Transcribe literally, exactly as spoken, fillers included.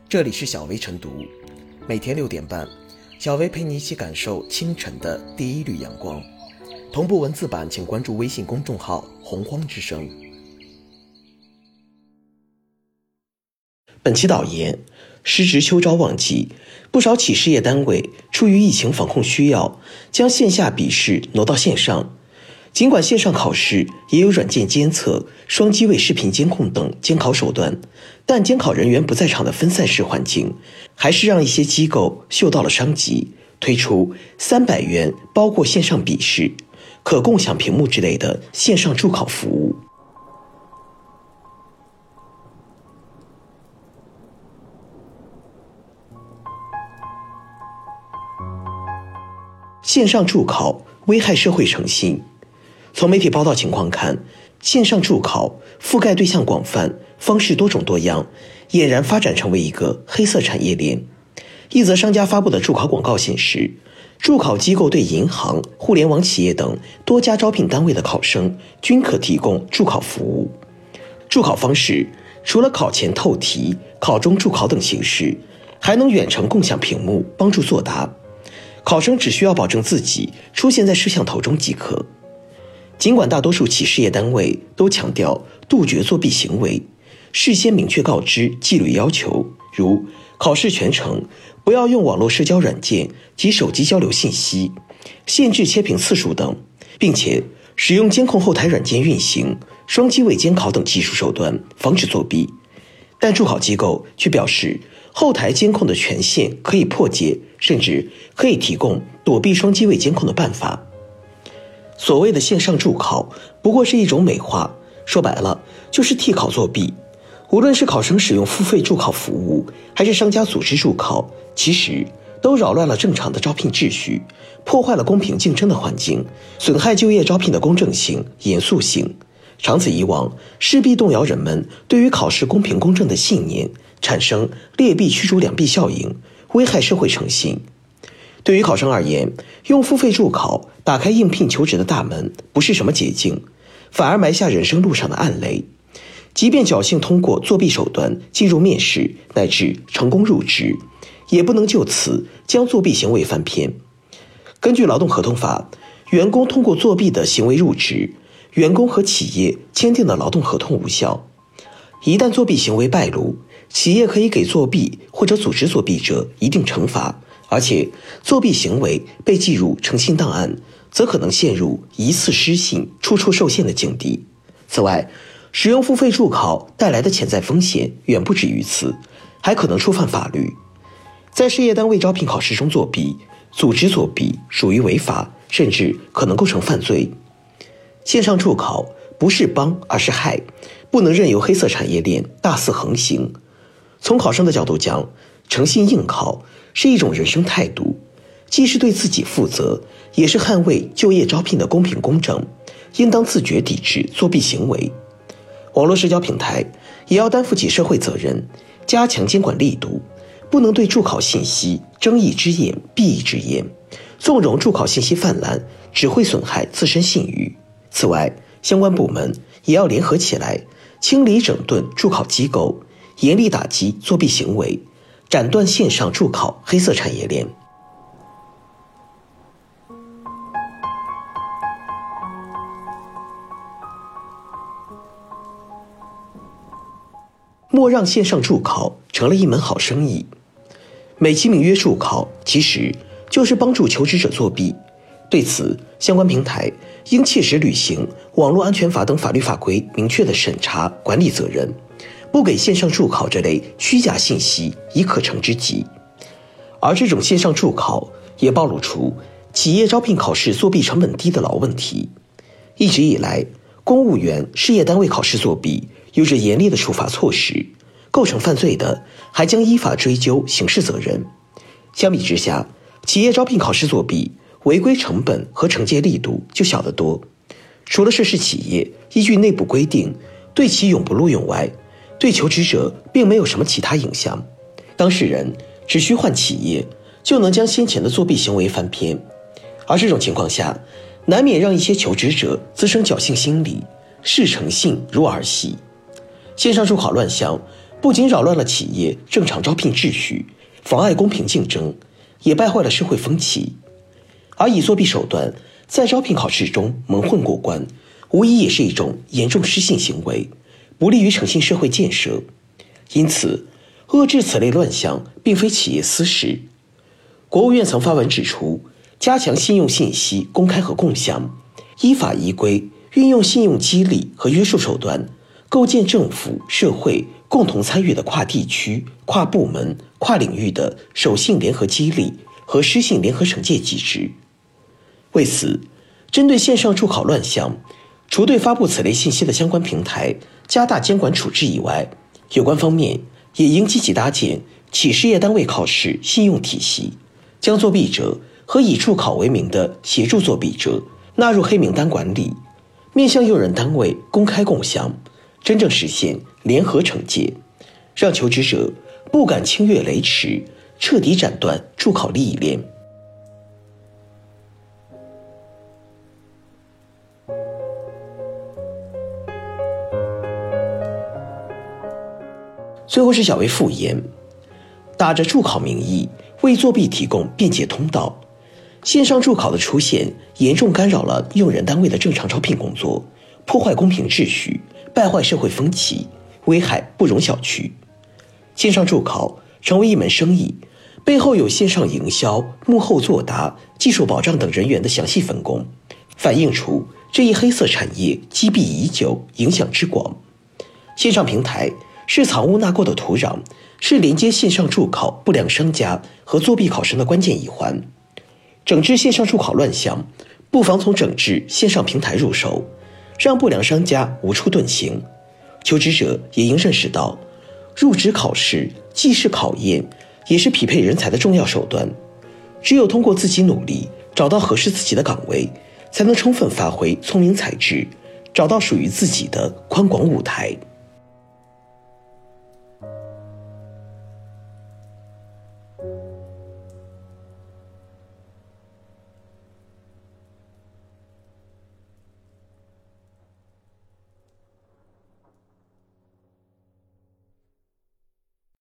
这里是小薇晨读，每天六点半，小薇陪你一起感受清晨的第一缕阳光。同步文字版请关注微信公众号洪荒之声。本期导言：时值秋招旺季，不少企事业单位出于疫情防控需要，将线下笔试挪到线上。尽管线上考试也有软件监测、双机位视频监控等监考手段，但监考人员不在场的分散式环境，还是让一些机构嗅到了商机，推出三百元包括线上笔试、可共享屏幕之类的线上助考服务。线上助考危害社会诚信。从媒体报道情况看，线上助考覆盖对象广泛，方式多种多样，俨然发展成为一个黑色产业链。一则商家发布的助考广告显示，助考机构对银行、互联网企业等多家招聘单位的考生均可提供助考服务。助考方式除了考前透题、考中助考等形式，还能远程共享屏幕帮助作答。考生只需要保证自己出现在摄像头中即可。尽管大多数企事业单位都强调杜绝作弊行为，事先明确告知纪律要求，如考试全程不要用网络社交软件及手机交流信息，限制切屏次数等，并且使用监控后台软件运行、双机位监考等技术手段防止作弊。但助考机构却表示，后台监控的权限可以破解，甚至可以提供躲避双机位监控的办法。所谓的线上助考不过是一种美化，说白了就是替考作弊。无论是考生使用付费助考服务，还是商家组织助考，其实都扰乱了正常的招聘秩序，破坏了公平竞争的环境，损害就业招聘的公正性、严肃性。长此以往，势必动摇人们对于考试公平公正的信念，产生劣币驱逐良币效应，危害社会诚信。对于考生而言，用付费助考打开应聘求职的大门不是什么捷径，反而埋下人生路上的暗雷。即便侥幸通过作弊手段进入面试乃至成功入职，也不能就此将作弊行为翻篇。根据劳动合同法，员工通过作弊的行为入职，员工和企业签订的劳动合同无效。一旦作弊行为败露，企业可以给作弊或者组织作弊者一定惩罚，而且作弊行为被记入诚信档案，则可能陷入一次失信、处处受限的境地。此外，使用付费助考带来的潜在风险远不止于此，还可能触犯法律。在事业单位招聘考试中作弊、组织作弊属于违法，甚至可能构成犯罪。线上助考不是帮而是害，不能任由黑色产业链大肆横行。从考生的角度讲，诚信应考是一种人生态度，既是对自己负责，也是捍卫就业招聘的公平公正，应当自觉抵制作弊行为。网络社交平台也要担负起社会责任，加强监管力度，不能对助考信息睁一只眼闭一只眼，纵容助考信息泛滥，只会损害自身信誉。此外，相关部门也要联合起来，清理整顿助考机构，严厉打击作弊行为，斩断线上助考黑色产业链。莫让线上助考成了一门好生意。美其名曰助考，其实就是帮助求职者作弊。对此，相关平台应切实履行网络安全法等法律法规明确的审查管理责任，不给线上助考这类虚假信息以可乘之机。而这种线上助考也暴露出企业招聘考试作弊成本低的老问题。一直以来，公务员、事业单位考试作弊有着严厉的处罚措施，构成犯罪的还将依法追究刑事责任。相比之下，企业招聘考试作弊违规成本和惩戒力度就小得多。除了涉事企业依据内部规定对其永不录用外，对求职者并没有什么其他影响。当事人只需换企业，就能将先前的作弊行为翻篇。而这种情况下，难免让一些求职者滋生侥幸心理，视诚信如儿戏。线上助考乱象不仅扰乱了企业正常招聘秩序，妨碍公平竞争，也败坏了社会风气。而以作弊手段在招聘考试中蒙混过关，无疑也是一种严重失信行为，不利于诚信社会建设。因此，遏制此类乱象并非企业私事。国务院曾发文指出，加强信用信息公开和共享，依法依规运用信用激励和约束手段，构建政府、社会共同参与的跨地区、跨部门、跨领域的守信联合激励和失信联合惩戒机制。为此，针对线上助考乱象，除对发布此类信息的相关平台加大监管处置以外，有关方面也应积极搭建企事业单位考试信用体系，将作弊者和以助考为名的协助作弊者纳入黑名单管理，面向用人单位公开共享，真正实现联合惩戒，让求职者不敢轻越雷池，彻底斩断助考利益链。最后是小微复言，打着助考名义为作弊提供便捷通道，线上助考的出现严重干扰了用人单位的正常招聘工作，破坏公平秩序，败坏社会风气，危害不容小觑。线上助考成为一门生意，背后有线上营销、幕后作答、技术保障等人员的详细分工，反映出这一黑色产业积弊已久，影响之广。线上平台是藏污纳垢的土壤，是连接线上助考不良商家和作弊考生的关键一环。整治线上助考乱象，不妨从整治线上平台入手，让不良商家无处遁形。求职者也应认识到，入职考试既是考验，也是匹配人才的重要手段。只有通过自己努力，找到合适自己的岗位，才能充分发挥聪明才智，找到属于自己的宽广舞台。